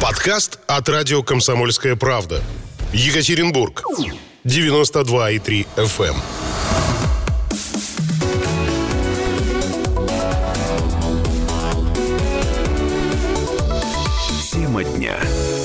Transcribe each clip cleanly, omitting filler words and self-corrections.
Подкаст от радио «Комсомольская правда». Екатеринбург. 92,3 FM. Тема дня.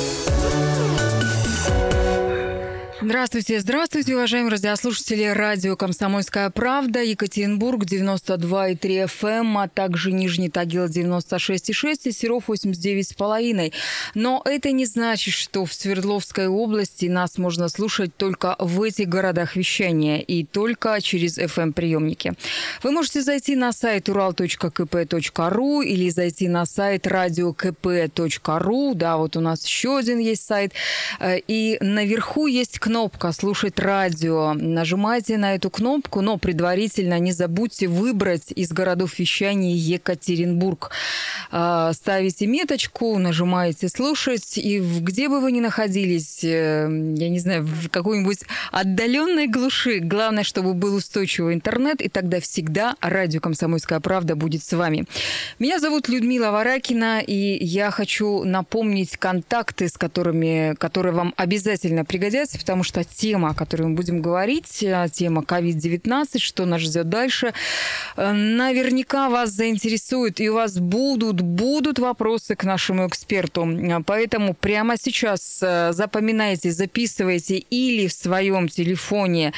Здравствуйте, уважаемые радиослушатели радио «Комсомольская правда», Екатеринбург, 92,3 FM, а также Нижний Тагил, 96,6 и Серов, 89,5. Но это не значит, что в Свердловской области нас можно слушать только в этих городах вещания и только через FM-приемники. Вы можете зайти на сайт ural.kp.ru или зайти на сайт radiokp.ru. Да, вот у нас еще один есть сайт. И наверху есть кнопка «Слушать радио». Нажимайте на эту кнопку, но предварительно не забудьте выбрать из городов вещания Екатеринбург. Ставите меточку, нажимаете «Слушать», и где бы вы ни находились, я не знаю, в какой-нибудь отдаленной глуши, главное, чтобы был устойчивый интернет, и тогда всегда радио «Комсомольская правда» будет с вами. Меня зовут Людмила Варакина, и я хочу напомнить контакты, которые вам обязательно пригодятся, потому что тема, о которой мы будем говорить, тема COVID-19, что нас ждет дальше, наверняка вас заинтересует, и у вас будут вопросы к нашему эксперту. Поэтому прямо сейчас запоминайте, записывайте или в своем телефоне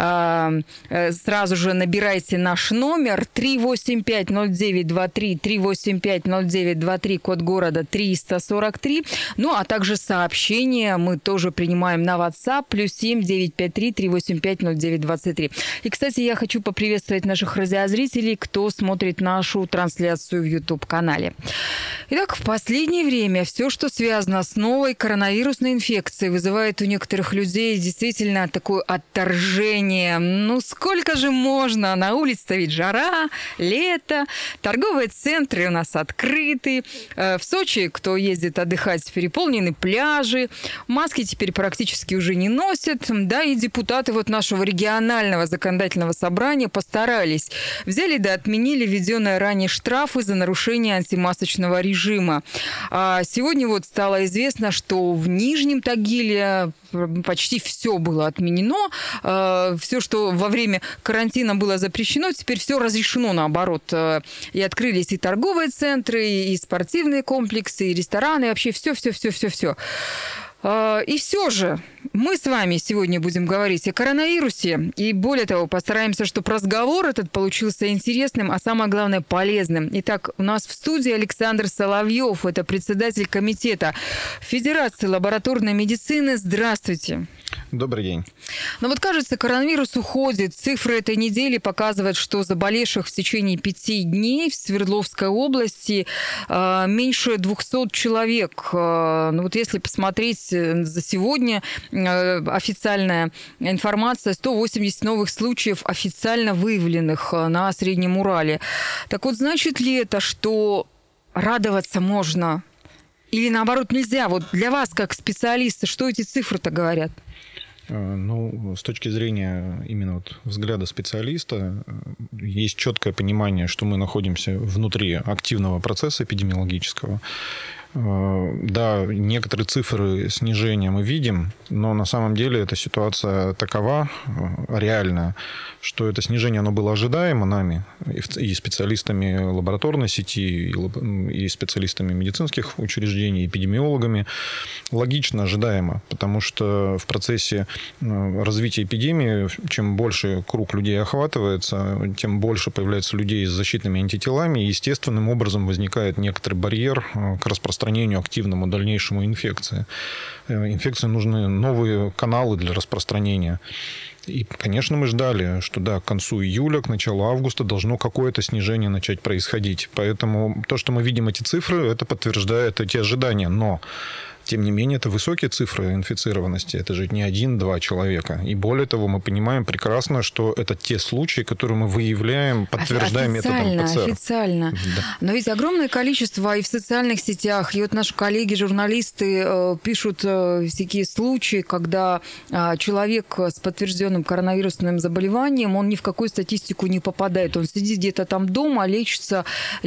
сразу же набирайте наш номер 3850923, 3850923, код города 343. Ну, а также сообщения мы тоже принимаем на WhatsApp, +7 953 385 0923. И, кстати, я хочу поприветствовать наших радиозрителей, кто смотрит нашу трансляцию в YouTube-канале. Итак, в последнее время все, что связано с новой коронавирусной инфекцией, вызывает у некоторых людей действительно такое отторжение. Ну, сколько же можно? На улице ведь жара, лето, торговые центры у нас открыты. В Сочи, кто ездит отдыхать, переполнены пляжи. Маски теперь практически уже не носят. Да, и депутаты вот нашего регионального законодательного собрания постарались. Взяли да отменили введенные ранее штрафы за нарушение антимасочного режима. А сегодня вот стало известно, что в Нижнем Тагиле почти все было отменено. Все, что во время карантина было запрещено, теперь все разрешено наоборот. И открылись и торговые центры, и спортивные комплексы, и рестораны, и вообще все. И все же мы с вами сегодня будем говорить о коронавирусе. И более того, постараемся, чтобы разговор этот получился интересным, а самое главное, полезным. Итак, у нас в студии Александр Соловьев. Это председатель комитета Федерации лабораторной медицины. Здравствуйте. Добрый день. Но вот кажется, коронавирус уходит. Цифры этой недели показывают, что заболевших в течение 5 дней в Свердловской области меньше 200 человек. Ну вот если посмотреть за сегодня, официальная информация: 180 новых случаев официально выявленных на Среднем Урале. Так вот, значит ли это, что радоваться можно? Или наоборот нельзя? Вот для вас, как специалиста, что эти цифры-то говорят? Ну, с точки зрения именно вот взгляда специалиста, есть четкое понимание, что мы находимся внутри активного процесса эпидемиологического. Да, некоторые цифры снижения мы видим, но на самом деле эта ситуация такова, реальная, что это снижение, оно было ожидаемо нами, и специалистами лабораторной сети, и специалистами медицинских учреждений, эпидемиологами. Логично ожидаемо, потому что в процессе развития эпидемии, чем больше круг людей охватывается, тем больше появляется людей с защитными антителами, и естественным образом возникает некоторый барьер к распространению активному дальнейшему инфекции. Инфекции нужны новые каналы для распространения. И, конечно, мы ждали, что да, к концу июля, к началу августа должно какое-то снижение начать происходить. Поэтому то, что мы видим эти цифры, это подтверждает эти ожидания. Но Тем не менее, это высокие цифры инфицированности. Это же не 1-2 человека. И более того, мы понимаем прекрасно, что это те случаи, которые мы выявляем, подтверждаем методом ПЦР. Официально. Да. Но ведь огромное количество и в социальных сетях, и вот наши коллеги, журналисты пишут всякие случаи, когда человек с подтвержденным коронавирусным заболеванием, он ни в какую статистику не попадает. Он сидит где-то там дома, лечится,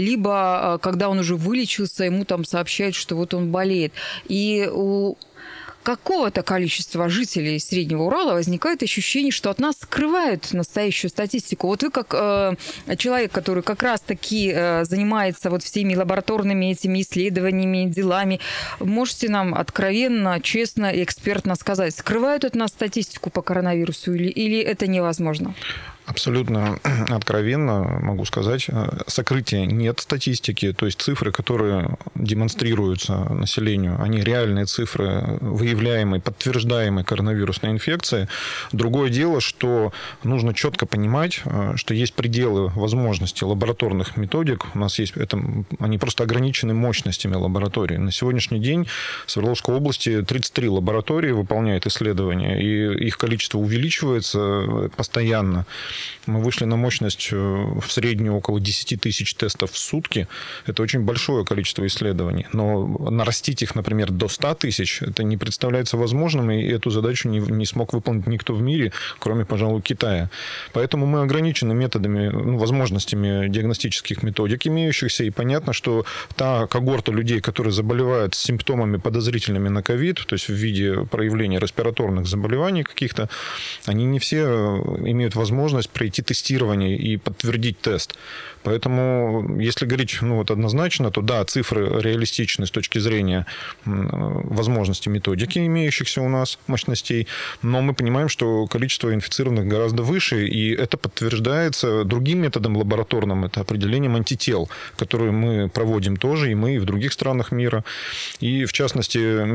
либо когда он уже вылечился, ему там сообщают, что вот он болеет. И у какого-то количества жителей Среднего Урала возникает ощущение, что от нас скрывают настоящую статистику. Вот вы как человек, который как раз-таки занимается вот всеми лабораторными этими исследованиями, делами, можете нам откровенно, честно и экспертно сказать, скрывают от нас статистику по коронавирусу или это невозможно? Абсолютно откровенно могу сказать, сокрытия нет статистики, то есть цифры, которые демонстрируются населению, они реальные цифры выявляемой, подтверждаемой коронавирусной инфекции. Другое дело, что нужно четко понимать, что есть пределы возможностей лабораторных методик. У нас есть они просто ограничены мощностями лабораторий. На сегодняшний день в Свердловской области 33 лаборатории выполняют исследования, и их количество увеличивается постоянно. Мы вышли на мощность в среднюю около 10 тысяч тестов в сутки. Это очень большое количество исследований. Но нарастить их, например, до 100 тысяч, это не представляется возможным, и эту задачу не смог выполнить никто в мире, кроме, пожалуй, Китая. Поэтому мы ограничены методами, возможностями диагностических методик имеющихся, и понятно, что та когорта людей, которые заболевают с симптомами подозрительными на ковид, то есть в виде проявления респираторных заболеваний каких-то, они не все имеют возможность пройти тестирование и подтвердить тест. Поэтому, если говорить однозначно, то да, цифры реалистичны с точки зрения возможностей методики, имеющихся у нас мощностей, но мы понимаем, что количество инфицированных гораздо выше, и это подтверждается другим методом лабораторным, это определением антител, которые мы проводим тоже, и мы, и в других странах мира. И, в частности,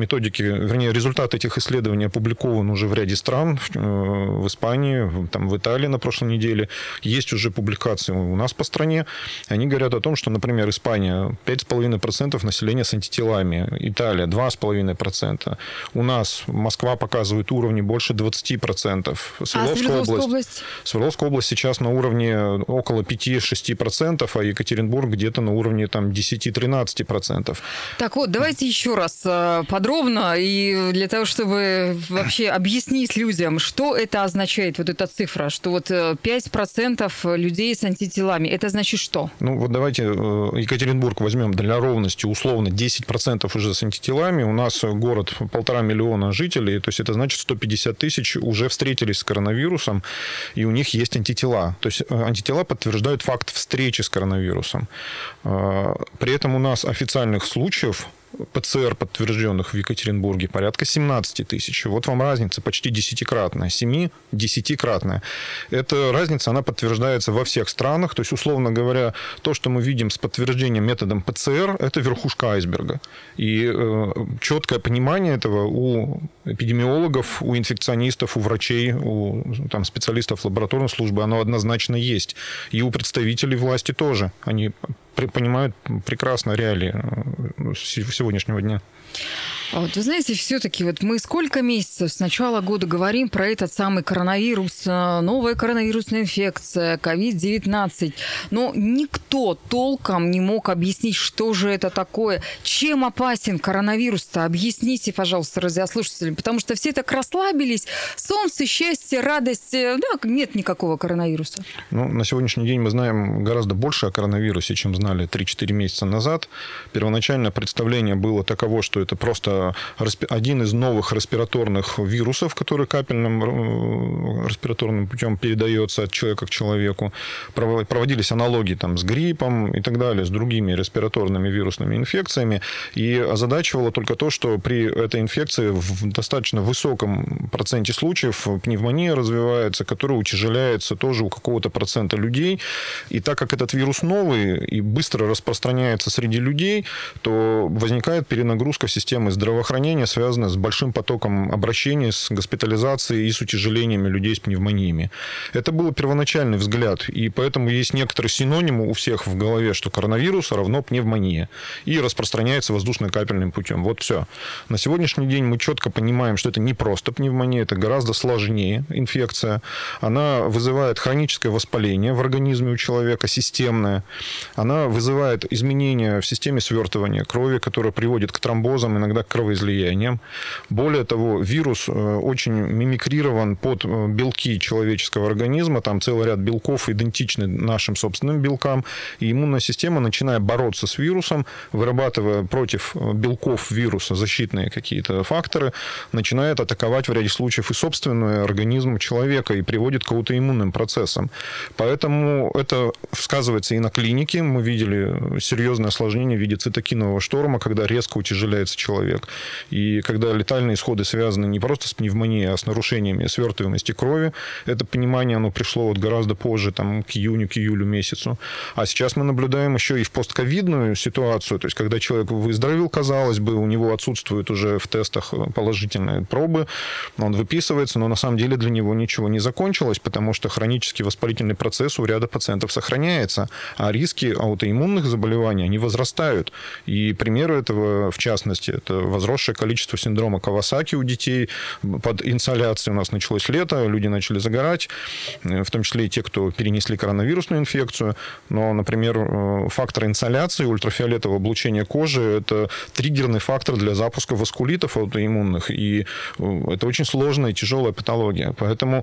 результат этих исследований опубликован уже в ряде стран, в Испании, в Италии на прошлой неделе. Есть уже публикации у нас по стране. Они говорят о том, что, например, Испания 5,5% населения с антителами, Италия 2,5%. У нас Москва показывает уровни больше 20%. Свердловская область сейчас на уровне около 5-6%, а Екатеринбург где-то на уровне 10-13%. Так вот, давайте еще раз подробно, и для того, чтобы вообще объяснить людям, что это означает, вот эта цифра, что вот 5% людей с антителами, это значит что? Давайте Екатеринбург возьмем для ровности, условно, 10% уже с антителами. У нас город 1,5 миллиона жителей, то есть это значит 150 тысяч уже встретились с коронавирусом, и у них есть антитела. То есть антитела подтверждают факт встречи с коронавирусом. При этом у нас официальных случаев ПЦР, подтвержденных в Екатеринбурге, порядка 17 тысяч. Вот вам разница почти 10-кратная. 7-10-кратная. Эта разница, она подтверждается во всех странах. То есть, условно говоря, то, что мы видим с подтверждением методом ПЦР, это верхушка айсберга. И четкое понимание этого у эпидемиологов, у инфекционистов, у врачей, у специалистов лабораторной службы, оно однозначно есть. И у представителей власти тоже. Они понимают прекрасно реалии сегодняшнего дня. Вот, вы знаете, все-таки мы сколько месяцев с начала года говорим про этот самый коронавирус, новая коронавирусная инфекция, COVID-19, но никто толком не мог объяснить, что же это такое, чем опасен коронавирус-то. Объясните, пожалуйста, радиослушателям, потому что все так расслабились, солнце, счастье, радость, нет никакого коронавируса. На сегодняшний день мы знаем гораздо больше о коронавирусе, чем знали 3-4 месяца назад. Первоначальное представление было таково, что это просто один из новых респираторных вирусов, который капельным респираторным путем передается от человека к человеку. Проводились аналогии с гриппом и так далее, с другими респираторными вирусными инфекциями. И озадачивало только то, что при этой инфекции в достаточно высоком проценте случаев пневмония развивается, которая утяжеляется тоже у какого-то процента людей. И так как этот вирус новый и быстро распространяется среди людей, то возникает перенагрузка системы здравоохранения. здравоохранения связаны с большим потоком обращений, с госпитализацией и с утяжелениями людей с пневмониями. Это был первоначальный взгляд, и поэтому есть некоторые синонимы у всех в голове, что коронавирус равно пневмония, и распространяется воздушно-капельным путем. Вот все. На сегодняшний день мы четко понимаем, что это не просто пневмония, это гораздо сложнее инфекция. Она вызывает хроническое воспаление в организме у человека, системное. Она вызывает изменения в системе свертывания крови, которое приводит к тромбозам, иногда к кровоизлияниям. Более того, вирус очень мимикрирован под белки человеческого организма. Там целый ряд белков идентичны нашим собственным белкам. И иммунная система, начиная бороться с вирусом, вырабатывая против белков вируса защитные какие-то факторы, начинает атаковать в ряде случаев и собственный организм человека и приводит к аутоиммунным процессам. Поэтому это сказывается и на клинике. Мы видели серьезное осложнение в виде цитокинового шторма, когда резко утяжеляется человек. И когда летальные исходы связаны не просто с пневмонией, а с нарушениями свертываемости крови, это понимание, оно пришло вот гораздо позже, там, к июню, к июлю месяцу. А сейчас мы наблюдаем еще и в постковидную ситуацию, то есть когда человек выздоровел, казалось бы, у него отсутствуют уже в тестах положительные пробы, он выписывается, но на самом деле для него ничего не закончилось, потому что хронический воспалительный процесс у ряда пациентов сохраняется, а риски аутоиммунных заболеваний, они возрастают. И примеры этого, в частности, это возросшее количество синдрома Кавасаки у детей. Под инсоляцией у нас началось лето, люди начали загорать, в том числе и те, кто перенесли коронавирусную инфекцию. Но, например, фактор инсоляции, ультрафиолетового облучения кожи – это триггерный фактор для запуска васкулитов аутоиммунных. И это очень сложная и тяжелая патология. Поэтому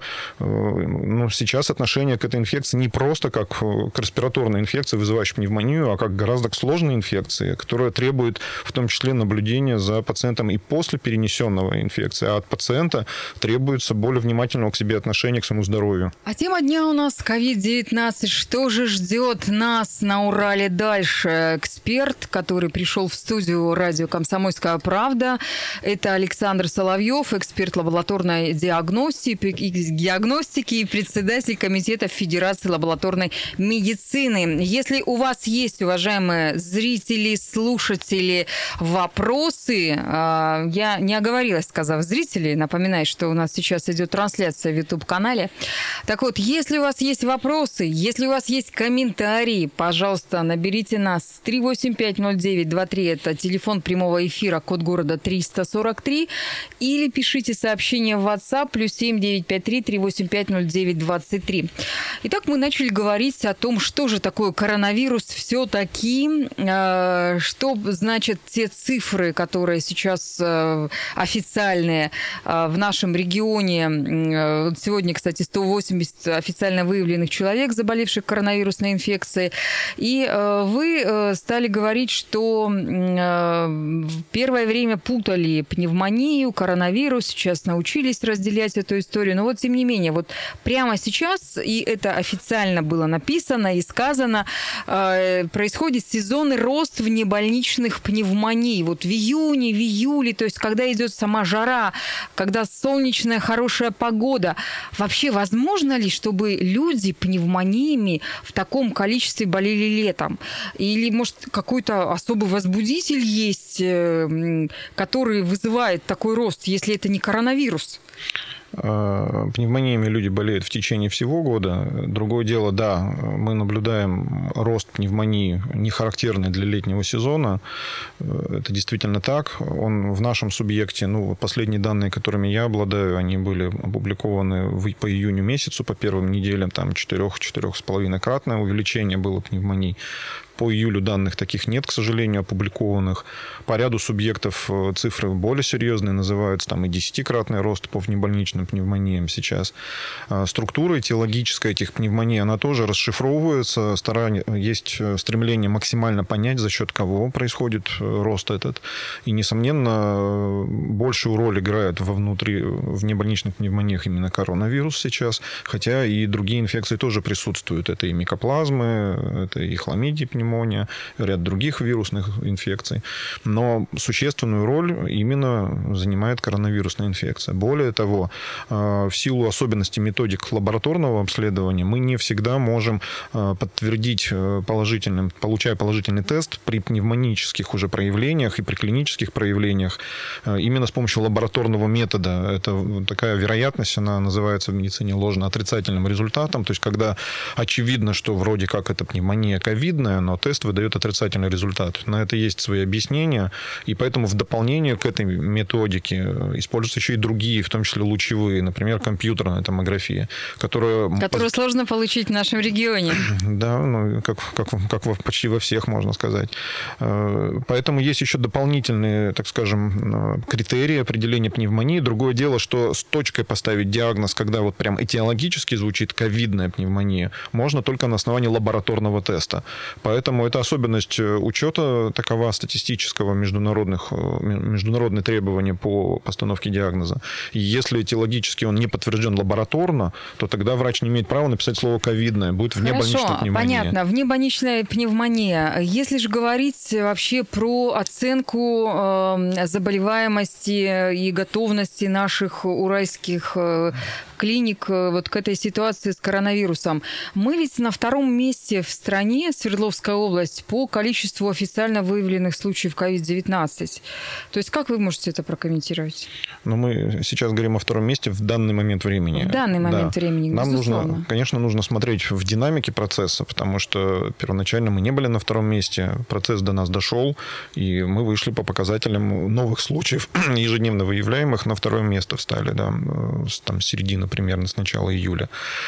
сейчас отношение к этой инфекции не просто как к респираторной инфекции, вызывающей пневмонию, а как гораздо к сложной инфекции, которая требует в том числе наблюдения за пациентом и после перенесенного инфекции. А от пациента требуется более внимательного к себе отношения к своему здоровью. А тема дня у нас COVID-19. Что же ждет нас на Урале дальше? Эксперт, который пришел в студию радио «Комсомольская правда», это Александр Соловьев, эксперт лабораторной диагностики и председатель комитета Федерации лабораторной медицины. Если у вас есть, уважаемые зрители, слушатели, вопросы, я не оговорилась, сказав зрители, напоминаю, что у нас сейчас идет трансляция в YouTube-канале. Так вот, если у вас есть вопросы, если у вас есть комментарии, пожалуйста, наберите нас 3850923, это телефон прямого эфира, код города 343, или пишите сообщение в WhatsApp +7 953 385 0923. Итак, мы начали говорить о том, что же такое коронавирус все-таки, что значат те цифры, которые сейчас официальные в нашем регионе. Сегодня, кстати, 180 официально выявленных человек, заболевших коронавирусной инфекцией. И вы стали говорить, что в первое время путали пневмонию, коронавирус, сейчас научились разделять эту историю. Но вот, тем не менее, вот прямо сейчас, и это официально было написано и сказано, происходит сезонный рост внебольничных пневмоний. Вот в июне, в июле, то есть когда идет сама жара, когда солнечная хорошая погода. Вообще возможно ли, чтобы люди пневмониями в таком количестве болели летом? Или, может, какой-то особый возбудитель есть, который вызывает такой рост, если это не коронавирус? Пневмониями люди болеют в течение всего года. Другое дело, да, мы наблюдаем рост пневмонии, не характерный для летнего сезона. Это действительно так. Он в нашем субъекте, последние данные, которыми я обладаю, они были опубликованы по июню месяцу, по первым неделям, там 4-4,5-кратное увеличение было пневмоний. По июлю данных таких нет, к сожалению, опубликованных. По ряду субъектов цифры более серьезные, называются там и 10-кратный рост по внебольничным пневмониям сейчас. Структура этиологическая этих пневмоний, она тоже расшифровывается. Есть стремление максимально понять, за счет кого происходит рост этот. И, несомненно, большую роль играет в внебольничных пневмониях именно коронавирус сейчас, хотя и другие инфекции тоже присутствуют. Это и микоплазмы, это и хламидии пневмонии, пневмония, ряд других вирусных инфекций. Но существенную роль именно занимает коронавирусная инфекция. Более того, в силу особенностей методик лабораторного обследования мы не всегда можем подтвердить получая положительный тест при пневмонических уже проявлениях и при клинических проявлениях именно с помощью лабораторного метода. Это такая вероятность, она называется в медицине ложно-отрицательным результатом. То есть, когда очевидно, что вроде как это пневмония ковидная, но тест выдает отрицательный результат. На это есть свои объяснения, и поэтому в дополнение к этой методике используются еще и другие, в том числе лучевые, например, компьютерная томография, которую сложно получить в нашем регионе. Да, ну, как почти во всех, можно сказать. Поэтому есть еще дополнительные, так скажем, критерии определения пневмонии. Другое дело, что с точкой поставить диагноз, когда вот прям этиологически звучит ковидная пневмония, можно только на основании лабораторного теста. Поэтому это особенность учета такова статистического международные требования по постановке диагноза. И если этиологически он не подтвержден лабораторно, то тогда врач не имеет права написать слово ковидная, будет внебольничная пневмония. Понятно, внебольничная пневмония. Если же говорить вообще про оценку заболеваемости и готовности наших уральских клиник вот к этой ситуации с коронавирусом. Мы ведь на втором месте в стране, Свердловская область, по количеству официально выявленных случаев COVID-19. То есть как вы можете это прокомментировать? Ну, мы сейчас говорим о втором месте в данный момент времени. В данный момент времени, безусловно. Нам конечно, нужно смотреть в динамике процесса, потому что первоначально мы не были на втором месте, процесс до нас дошел, и мы вышли по показателям новых случаев, ежедневно выявляемых, на второе место встали, да, там с середины примерно, с начала июля.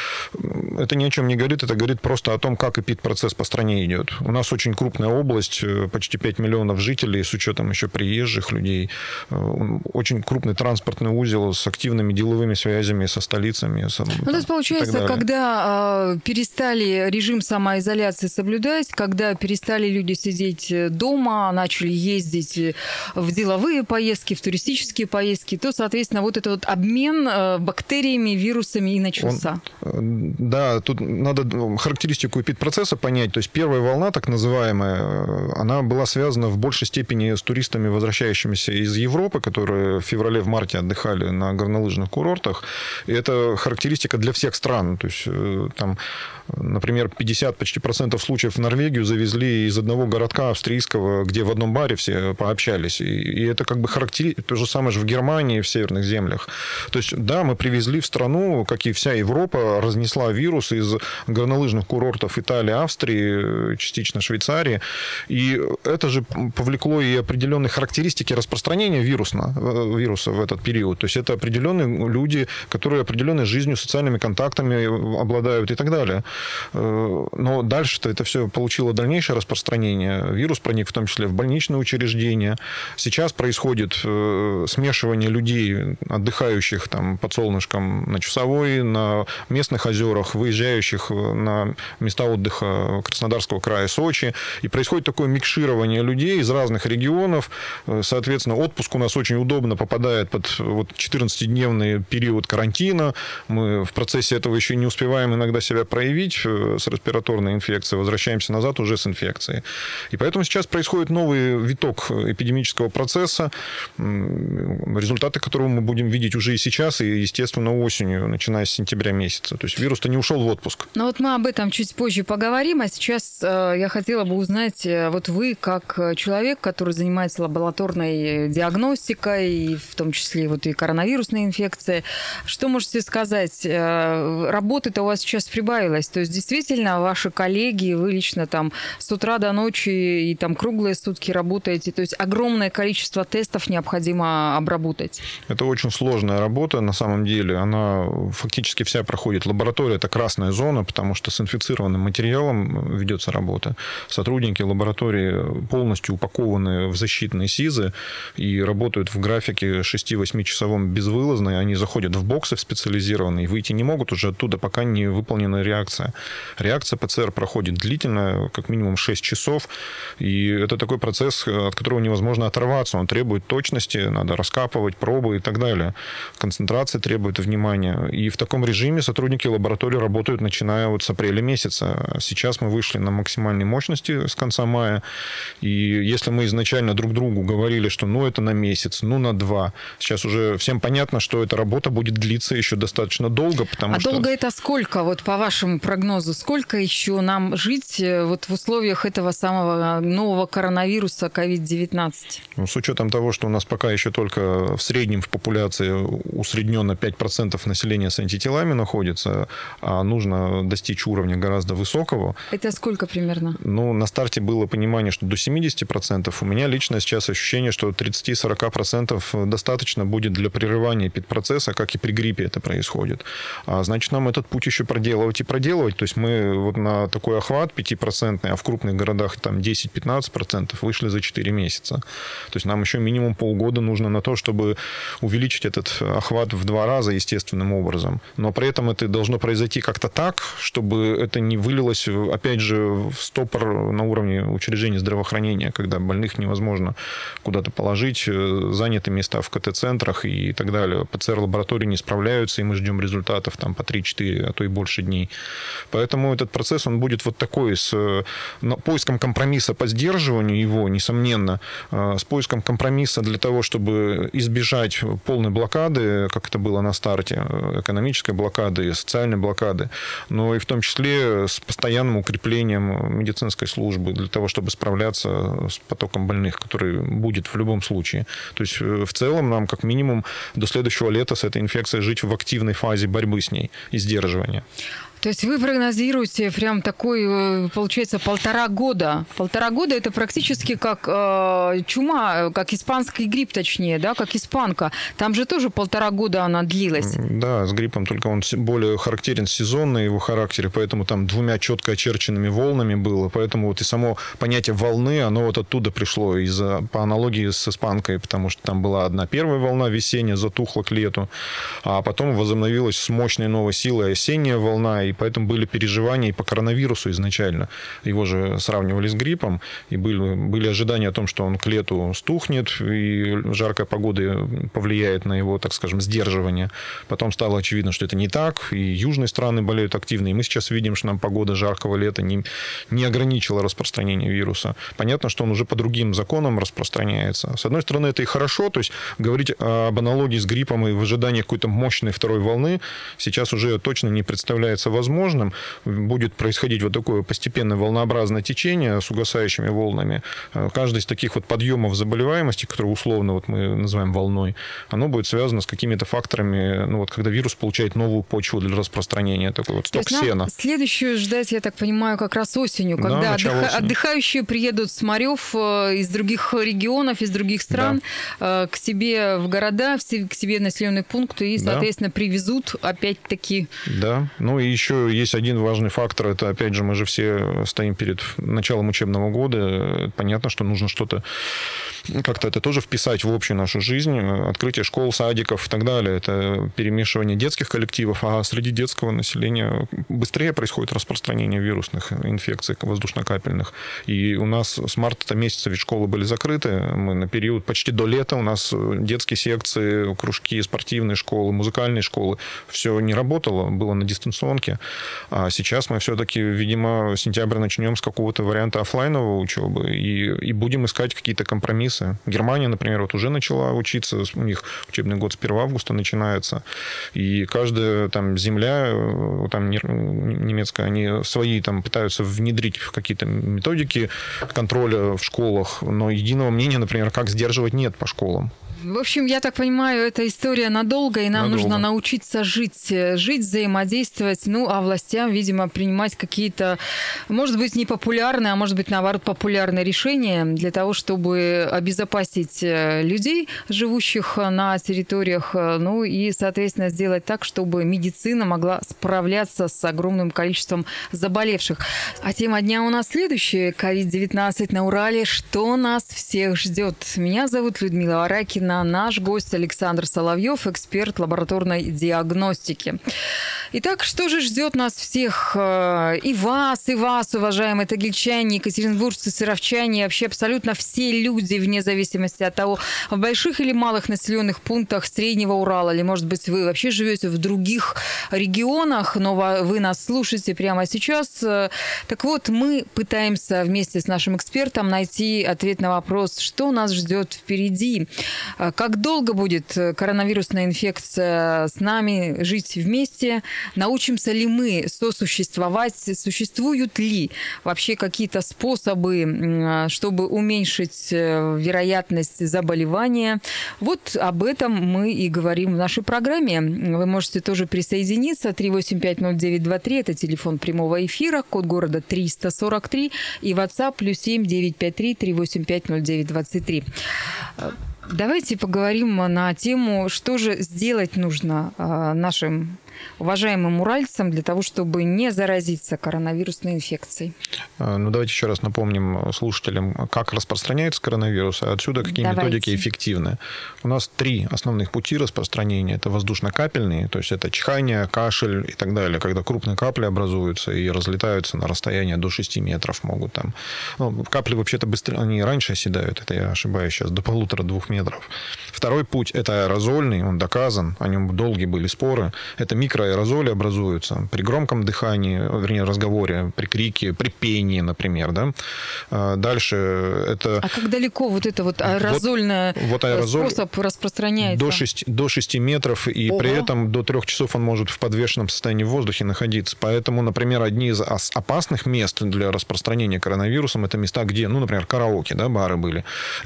Это ни о чем не говорит, это говорит просто о том, как эпидпроцесс по стране идет. У нас очень крупная область, почти 5 миллионов жителей, с учетом еще приезжих людей, очень крупный транспортный узел с активными деловыми связями со столицами. То есть, получается, когда перестали режим самоизоляции соблюдать, когда перестали люди сидеть дома, начали ездить в деловые поездки, в туристические поездки, то, соответственно, вот этот вот обмен бактериями, вирусами и начался. Да, тут надо характеристику эпидпроцесса понять. То есть первая волна, так называемая, она была связана в большей степени с туристами, возвращающимися из Европы, которые в феврале-марте отдыхали на горнолыжных курортах. И это характеристика для всех стран. То есть там, например, 50 почти процентов случаев в Норвегию завезли из одного городка австрийского, где в одном баре все пообщались. И это как бы характеристика. То же самое же в Германии, в северных землях. То есть, да, мы привезли в страну, как и вся Европа, разнесла вирус из горнолыжных курортов Италии, Австрии, частично Швейцарии. И это же повлекло и определенные характеристики распространения вируса в этот период. То есть это определенные люди, которые определенной жизнью, социальными контактами обладают и так далее. Но дальше-то это все получило дальнейшее распространение. Вирус проник в том числе в больничные учреждения. Сейчас происходит смешивание людей, отдыхающих там под солнышком на Чусовой, на местных озерах, выезжающих на места отдыха Краснодарского края, Сочи. И происходит такое микширование людей из разных регионов. Соответственно, отпуск у нас очень удобно попадает под вот 14-дневный период карантина. Мы в процессе этого еще не успеваем иногда себя проявить с респираторной инфекцией, возвращаемся назад уже с инфекцией. И поэтому сейчас происходит новый виток эпидемического процесса, результаты которого мы будем видеть уже и сейчас, и, естественно, осенью, начиная с сентября месяца. То есть вирус-то не ушел в отпуск. Ну вот мы об этом чуть позже поговорим, а сейчас я хотела бы узнать, вот вы, как человек, который занимается лабораторной диагностикой, в том числе вот и коронавирусной инфекцией, что можете сказать? Работы-то у вас сейчас прибавилось, то есть действительно ваши коллеги, вы лично там с утра до ночи и там круглые сутки работаете, то есть огромное количество тестов необходимо обработать? Это очень сложная работа, на самом деле. Она фактически вся проходит. Лаборатория – это красная зона, потому что с инфицированным материалом ведется работа. Сотрудники лаборатории полностью упакованы в защитные СИЗы и работают в графике 6-8-часовом безвылазно. Они заходят в боксы специализированные и выйти не могут уже оттуда, пока не выполнена реакция. Реакция ПЦР проходит длительно, как минимум 6 часов. И это такой процесс, от которого невозможно оторваться. Он требует точности, надо раскапывать пробы и так далее. Концентрация требует внимания. И в таком режиме сотрудники лаборатории работают, начиная вот с апреля месяца. Сейчас мы вышли на максимальную максимальной мощности с конца мая. И если мы изначально друг другу говорили, что это на месяц, на 2, сейчас уже всем понятно, что эта работа будет длиться еще достаточно долго, потому что... долго это сколько, вот по вашему прогнозу, сколько еще нам жить вот в условиях этого самого нового коронавируса COVID-19? С учетом того, что у нас пока еще только в среднем в популяции усредненно 5% населения с антителами находится, а нужно достичь уровня гораздо высокого. Это сколько примерно? На старте было понимание, что до 70%. У меня лично сейчас ощущение, что 30-40% достаточно будет для прерывания эпидпроцесса, как и при гриппе это происходит. А значит, нам этот путь еще проделывать и проделывать. То есть мы вот на такой охват 5%, а в крупных городах там 10-15% вышли за 4 месяца. То есть нам еще минимум полгода нужно на то, чтобы увеличить этот охват в 2 раза естественным образом. Но при этом это должно произойти как-то так, чтобы это не вылилось, опять же, в стопор на уровне учреждений здравоохранения, когда больных невозможно куда-то положить, заняты места в КТ-центрах и так далее. ПЦР-лаборатории не справляются, и мы ждем результатов там по 3-4, а то и больше дней. Поэтому этот процесс, он будет вот такой, с поиском компромисса по сдерживанию его, несомненно, с поиском компромисса для того, чтобы избежать полной блокады, как это было на старте, экономической блокады, социальной блокады, но и в том числе с постоянным укреплением медицинской службы для того, чтобы справляться с потоком больных, который будет в любом случае. То есть в целом нам как минимум до следующего лета с этой инфекцией жить в активной фазе борьбы с ней и сдерживания. То есть вы прогнозируете прям такой, получается, 1,5 года. 1,5 года – это практически как чума, как испанский грипп, точнее, да, как испанка. Там же тоже 1,5 года она длилась. Да, с гриппом, только он более характерен сезонный его характере, поэтому там 2 четко очерченными волнами было. Поэтому вот и само понятие волны, оно вот оттуда пришло, по аналогии с испанкой, потому что там была одна первая волна весенняя, затухла к лету, а потом возобновилась с мощной новой силой осенняя волна, и поэтому были переживания и по коронавирусу изначально. Его же сравнивали с гриппом, и были ожидания о том, что он к лету стухнет, и жаркая погода повлияет на его, так скажем, сдерживание. Потом стало очевидно, что это не так, и южные страны болеют активно, и мы сейчас видим, что нам погода жаркого лета не ограничила распространение вируса. Понятно, что он уже по другим законам распространяется. С одной стороны, это и хорошо, то есть говорить об аналогии с гриппом и в ожидании какой-то мощной второй волны сейчас уже точно не представляется возможным. Будет происходить вот такое постепенное волнообразное течение с угасающими волнами. Каждый из таких вот подъемов заболеваемости, которые условно вот мы называем волной, оно будет связано с какими-то факторами, когда вирус получает новую почву для распространения, такой вот сток сена. Следующую ждать, я так понимаю, как раз осенью, когда отдыхающие приедут с морев из других регионов, из других стран к себе в города, к себе в населенные пункты и, соответственно, привезут опять-таки. Да, и еще есть один важный фактор, это, опять же, мы же все стоим перед началом учебного года, понятно, что нужно что-то, как-то это тоже вписать в общую нашу жизнь, открытие школ, садиков и так далее, это перемешивание детских коллективов, а среди детского населения быстрее происходит распространение вирусных инфекций воздушно-капельных, и у нас с марта месяца ведь школы были закрыты, мы на период почти до лета, у нас детские секции, кружки, спортивные школы, музыкальные школы, все не работало, было на дистанционке. А сейчас мы все-таки, видимо, сентябрь начнем с какого-то варианта офлайновой учебы и будем искать какие-то компромиссы. Германия, например, вот уже начала учиться, у них учебный год с 1 августа начинается, и каждая там земля, там немецкая, они свои там пытаются внедрить какие-то методики контроля в школах, но единого мнения, например, как сдерживать, нет по школам. В общем, я так понимаю, эта история надолго, и нам нужно научиться жить, взаимодействовать, а властям, видимо, принимать какие-то, может быть, непопулярные, а может быть, наоборот, популярные решения для того, чтобы обезопасить людей, живущих на территориях, и, соответственно, сделать так, чтобы медицина могла справляться с огромным количеством заболевших. А тема дня у нас следующая. COVID-19 на Урале. Что нас всех ждет? Меня зовут Людмила Варакина. Наш гость Александр Соловьев, эксперт лабораторной диагностики. Итак, что же ждет нас всех, и вас, уважаемые тагильчане, екатеринбуржцы, сыровчане, и вообще абсолютно все люди, вне зависимости от того, в больших или малых населенных пунктах Среднего Урала, или, может быть, вы вообще живете в других регионах, но вы нас слушаете прямо сейчас. Так вот, мы пытаемся вместе с нашим экспертом найти ответ на вопрос, что нас ждет впереди, как долго будет коронавирусная инфекция с нами, жить вместе, научимся ли мы сосуществовать, существуют ли вообще какие-то способы, чтобы уменьшить вероятность заболевания. Вот об этом мы и говорим в нашей программе. Вы можете тоже присоединиться. 3850923 – это телефон прямого эфира, код города 343 и WhatsApp +7 953 385 0923. Давайте поговорим на тему, что же сделать нужно нашим уважаемым уральцам для того, чтобы не заразиться коронавирусной инфекцией. Ну, давайте еще раз напомним слушателям, как распространяется коронавирус, а отсюда какие методики эффективны. У нас 3 основных пути распространения. Это воздушно-капельные, то есть это чихание, кашель и так далее, когда крупные капли образуются и разлетаются на расстояние до 6 метров могут там. Ну, капли вообще-то быстрее, они раньше оседают, это я ошибаюсь сейчас, до 1,5-2 метров. Второй путь – это аэрозольный, он доказан, о нем долгие были споры. Это микроаэрозоли образуются при громком дыхании, вернее, разговоре, при крике, при пении, например. Да? Дальше это... А как далеко вот это вот аэрозольный способ распространяется? До 6 метров, и при этом до 3 часов он может в подвешенном состоянии в воздухе находиться. Поэтому, например, одни из опасных мест для распространения коронавирусом – это места, где, ну, например, караоке, да, бары были.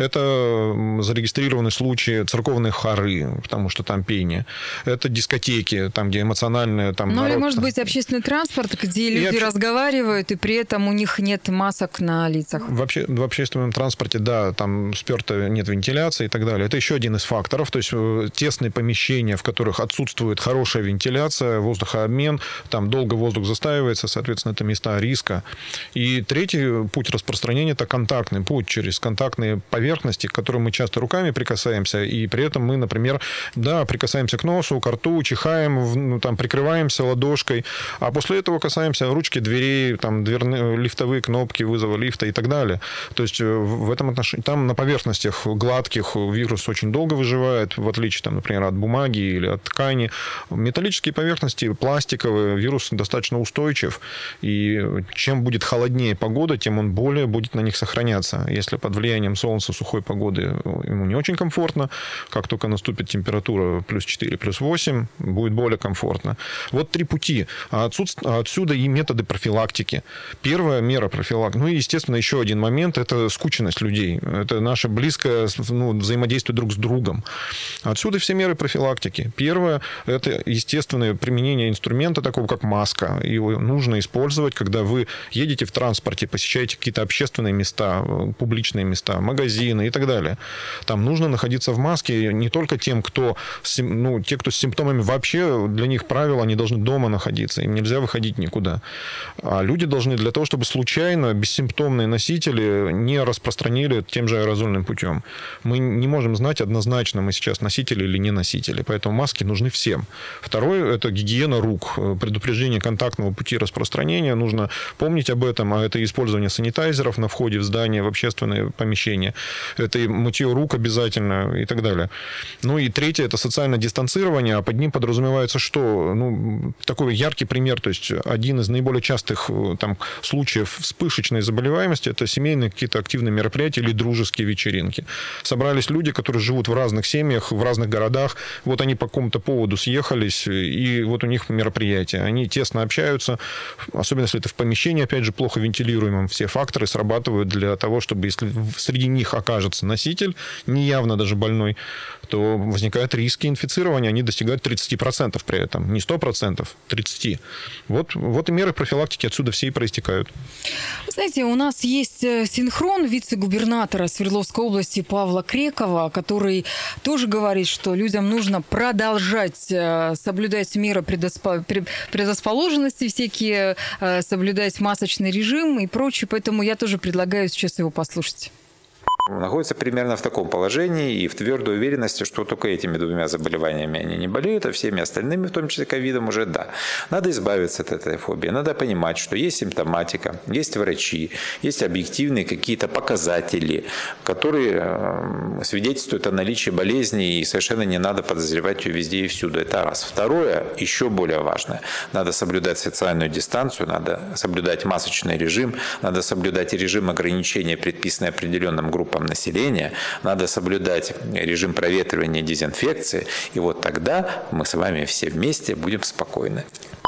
Это зарегистрированы случаи церковные хоры, потому что там пение. Это дискотеки, там, где эмоциональное... Там, ну, или, может быть, общественный транспорт, где люди разговаривают, и при этом у них нет масок на лицах. В общественном транспорте, да, там сперто нет вентиляции и так далее. Это еще один из факторов. То есть тесные помещения, в которых отсутствует хорошая вентиляция, воздухообмен, там долго воздух застаивается, соответственно, это места риска. И третий путь распространения – это контактный путь через контактные поверхности, к которым мы часто руками прикасаемся, и при этом мы, например, да, прикасаемся к носу, к рту, чихаем, ну, там, прикрываемся ладошкой, а после этого касаемся ручки дверей, там, лифтовые кнопки вызова лифта и так далее. То есть в этом отношении, там на поверхностях гладких вирус очень долго выживает, в отличие, там, например, от бумаги или от ткани. Металлические поверхности, пластиковые, вирус достаточно устойчив, и чем будет холоднее погода, тем он более будет на них сохраняться. Если под влиянием солнца, сухой погоды ему не очень комфортно, как только наступит температура +4, +8, будет более комфортно. Вот 3 пути. Отсюда и методы профилактики. Первая мера профилактики. Ну и, естественно, еще один момент – это скученность людей. Это наше близкое взаимодействие друг с другом. Отсюда все меры профилактики. Первое – это естественное применение инструмента, такого как маска. Его нужно использовать, когда вы едете в транспорте, посещаете какие-то общественные места, публичные места, магазины и так далее. Там нужно находиться в маске не только тем, кто с симптомами вообще, для них правило, они должны дома находиться, им нельзя выходить никуда. А люди должны для того, чтобы случайно бессимптомные носители не распространили тем же аэрозольным путем. Мы не можем знать однозначно, мы сейчас носители или не носители, поэтому маски нужны всем. Второе – это гигиена рук, предупреждение контактного пути распространения. Нужно помнить об этом, а это использование санитайзеров на входе в здание, в общественные помещения. Это и мытье рук обязательно и так далее. Ну и третье – это социальное дистанцирование, а под ним подразумевается что? Ну, такой яркий пример, то есть один из наиболее частых там, случаев вспышечной заболеваемости – это семейные какие-то активные мероприятия или дружеские вечеринки. Собрались люди, которые живут в разных семьях, в разных городах, вот они по какому-то поводу съехались, и вот у них мероприятие. Они тесно общаются, особенно если это в помещении, опять же, плохо вентилируемом. Все факторы срабатывают для того, чтобы, если среди них окажется носитель, неявно даже больной, то возникают риски инфицирования, они достигают 30% при этом. Не 100%, 30%. Вот и меры профилактики отсюда все и проистекают. Вы знаете, у нас есть синхрон вице-губернатора Свердловской области Павла Крекова, который тоже говорит, что людям нужно продолжать соблюдать меры предрасположенности всякие, соблюдать масочный режим и прочее. Поэтому я тоже предлагаю сейчас его послушать. находятся примерно в таком положении и в твердой уверенности, что только этими двумя заболеваниями они не болеют, а всеми остальными, в том числе ковидом, уже да. Надо избавиться от этой фобии. Надо понимать, что есть симптоматика, есть врачи, есть объективные какие-то показатели, которые свидетельствуют о наличии болезни, и совершенно не надо подозревать ее везде и всюду. Это раз. Второе, еще более важное. Надо соблюдать социальную дистанцию, надо соблюдать масочный режим, надо соблюдать режим ограничения, предписанный определенным группам населения, надо соблюдать режим проветривания и дезинфекции, и вот тогда мы с вами все вместе будем спокойны.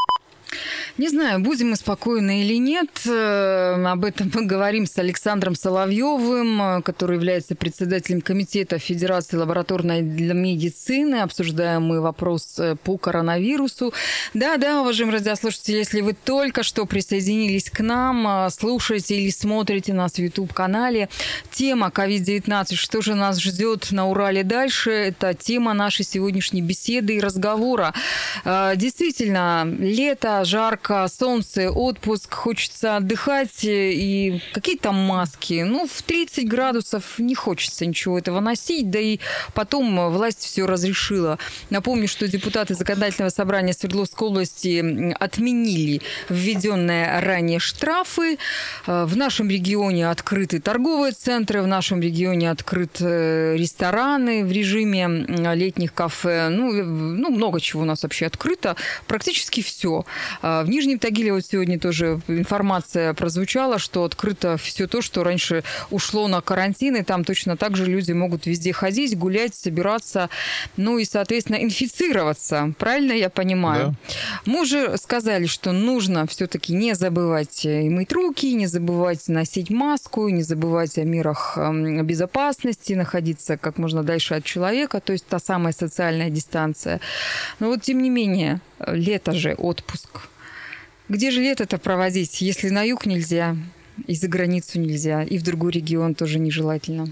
Не знаю, будем мы спокойны или нет. Об этом мы говорим с Александром Соловьевым, который является председателем комитета Федерации лабораторной медицины. Обсуждаем мы вопрос по коронавирусу. Да, уважаемые радиослушатели, если вы только что присоединились к нам, слушаете или смотрите нас в YouTube-канале, тема COVID-19, что же нас ждет на Урале дальше, это тема нашей сегодняшней беседы и разговора. Действительно, лето, жарко, солнце, отпуск, хочется отдыхать, и какие там маски. В 30 градусов не хочется ничего этого носить, да и потом власть все разрешила. Напомню, что депутаты Законодательного собрания Свердловской области отменили введенные ранее штрафы. В нашем регионе открыты торговые центры, в нашем регионе открыты рестораны в режиме летних кафе. Много чего у нас вообще открыто. Практически все. В Нижнем Тагиле вот сегодня тоже информация прозвучала, что открыто все то, что раньше ушло на карантин, и там точно так же люди могут везде ходить, гулять, собираться, и, соответственно, инфицироваться. Правильно я понимаю? Да. Мы уже сказали, что нужно все-таки не забывать мыть руки, не забывать носить маску, не забывать о мерах безопасности, находиться как можно дальше от человека, то есть та самая социальная дистанция. Но вот тем не менее, лето же, отпуск. Где же лето-то проводить, если на юг нельзя, и за границу нельзя, и в другой регион тоже нежелательно?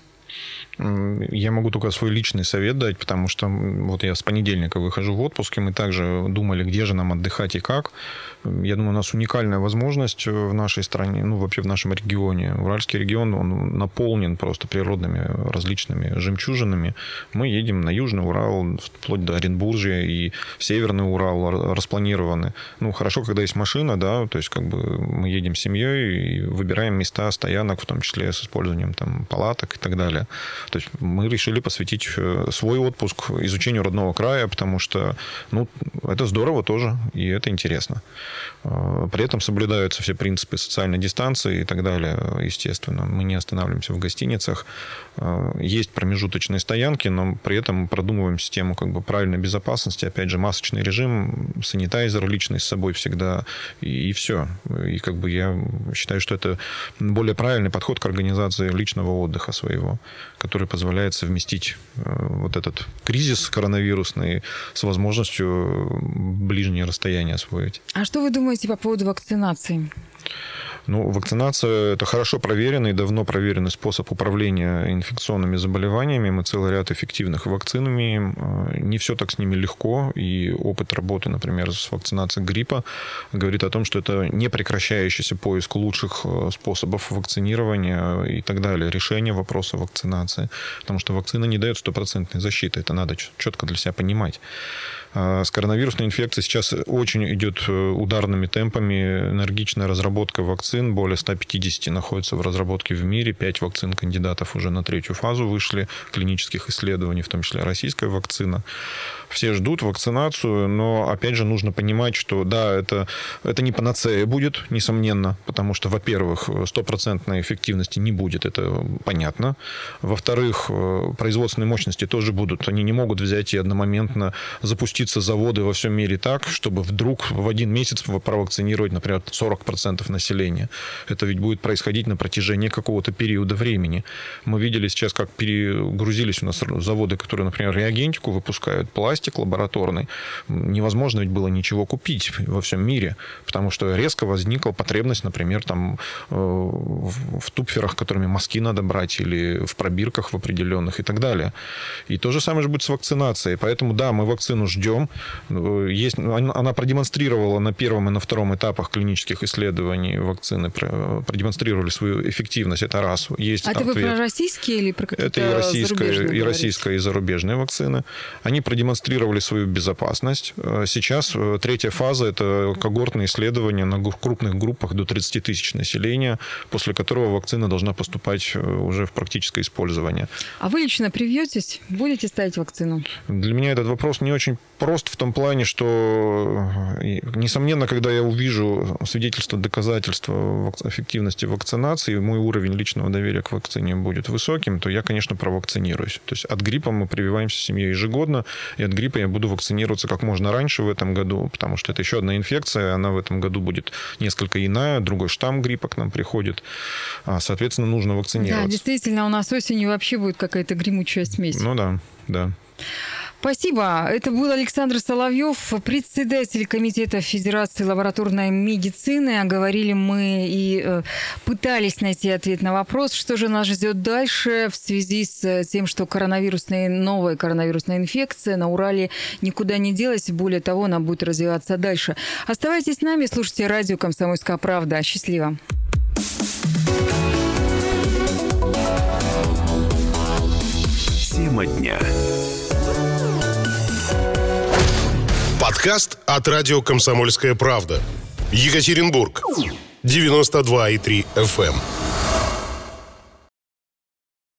Я могу только свой личный совет дать, потому что вот я с понедельника выхожу в отпуск, и мы также думали, где же нам отдыхать и как. Я думаю, у нас уникальная возможность в нашей стране, вообще в нашем регионе. Уральский регион, он наполнен просто природными различными жемчужинами. Мы едем на Южный Урал, вплоть до Оренбуржья, и Северный Урал распланированы. Хорошо, когда есть машина, да, то есть мы едем с семьей и выбираем места стоянок, в том числе с использованием палаток и так далее. То есть мы решили посвятить свой отпуск изучению родного края, потому что это здорово тоже, и это интересно. При этом соблюдаются все принципы социальной дистанции и так далее, естественно. Мы не останавливаемся в гостиницах. Есть промежуточные стоянки, но при этом продумываем систему правильной безопасности. Опять же, масочный режим, санитайзер личный с собой всегда, и все. И я считаю, что это более правильный подход к организации личного отдыха своего, который позволяет совместить вот этот кризис коронавирусный с возможностью ближние расстояния освоить. А что вы думаете по поводу вакцинации? Вакцинация – это хорошо проверенный, давно проверенный способ управления инфекционными заболеваниями. Мы целый ряд эффективных вакцин имеем. Не все так с ними легко. И опыт работы, например, с вакцинацией гриппа говорит о том, что это непрекращающийся поиск лучших способов вакцинирования и так далее. Решение вопроса вакцинации. Потому что вакцина не дает стопроцентной защиты. Это надо четко для себя понимать. С коронавирусной инфекцией сейчас очень идет ударными темпами энергичная разработка вакцин. Более 150 находятся в разработке в мире. 5 вакцин кандидатов уже на 3-ю фазу вышли клинических исследований, в том числе российская вакцина. Все ждут вакцинацию, но, опять же, нужно понимать, что, да, это не панацея будет, несомненно, потому что, во-первых, стопроцентной эффективности не будет, это понятно. Во-вторых, производственные мощности тоже будут. Они не могут взять и одномоментно запуститься заводы во всем мире так, чтобы вдруг в один месяц провакцинировать, например, 40% населения. Это ведь будет происходить на протяжении какого-то периода времени. Мы видели сейчас, как перегрузились у нас заводы, которые, например, реагентику выпускают, пластик лабораторный. Невозможно ведь было ничего купить во всем мире, потому что резко возникла потребность, например, в тупферах, которыми мазки надо брать, или в пробирках в определенных и так далее. И то же самое же будет с вакцинацией. Поэтому, да, мы вакцину ждем. Она продемонстрировала на 1-м и на 2-м этапах клинических исследований вакцины продемонстрировали свою эффективность. Это раз. Есть это ответ. Вы про российские или про какие-то Это и российская, и зарубежные вакцины. Они продемонстрировали свою безопасность. Сейчас третья фаза – это когортные исследования на крупных группах до 30 тысяч населения, после которого вакцина должна поступать уже в практическое использование. А вы лично привьетесь? Будете ставить вакцину? Для меня этот вопрос не очень прост в том плане, что, несомненно, когда я увижу свидетельство, доказательства эффективности вакцинации, мой уровень личного доверия к вакцине будет высоким, то я, конечно, провакцинируюсь. То есть от гриппа мы прививаемся семьей ежегодно, и от гриппа я буду вакцинироваться как можно раньше в этом году, потому что это еще одна инфекция, она в этом году будет несколько иная, другой штамм гриппа к нам приходит, соответственно, нужно вакцинироваться. Да, действительно, у нас осенью вообще будет какая-то гремучая смесь. Ну да. Спасибо. Это был Александр Соловьев, председатель Комитета Федерации лабораторной медицины. Говорили мы и пытались найти ответ на вопрос, что же нас ждет дальше в связи с тем, что новая коронавирусная инфекция на Урале никуда не делась. Более того, она будет развиваться дальше. Оставайтесь с нами, слушайте радио «Комсомольская правда». Счастливо. Тема дня. Подкаст от радио «Комсомольская правда». Екатеринбург. 92,3 FM.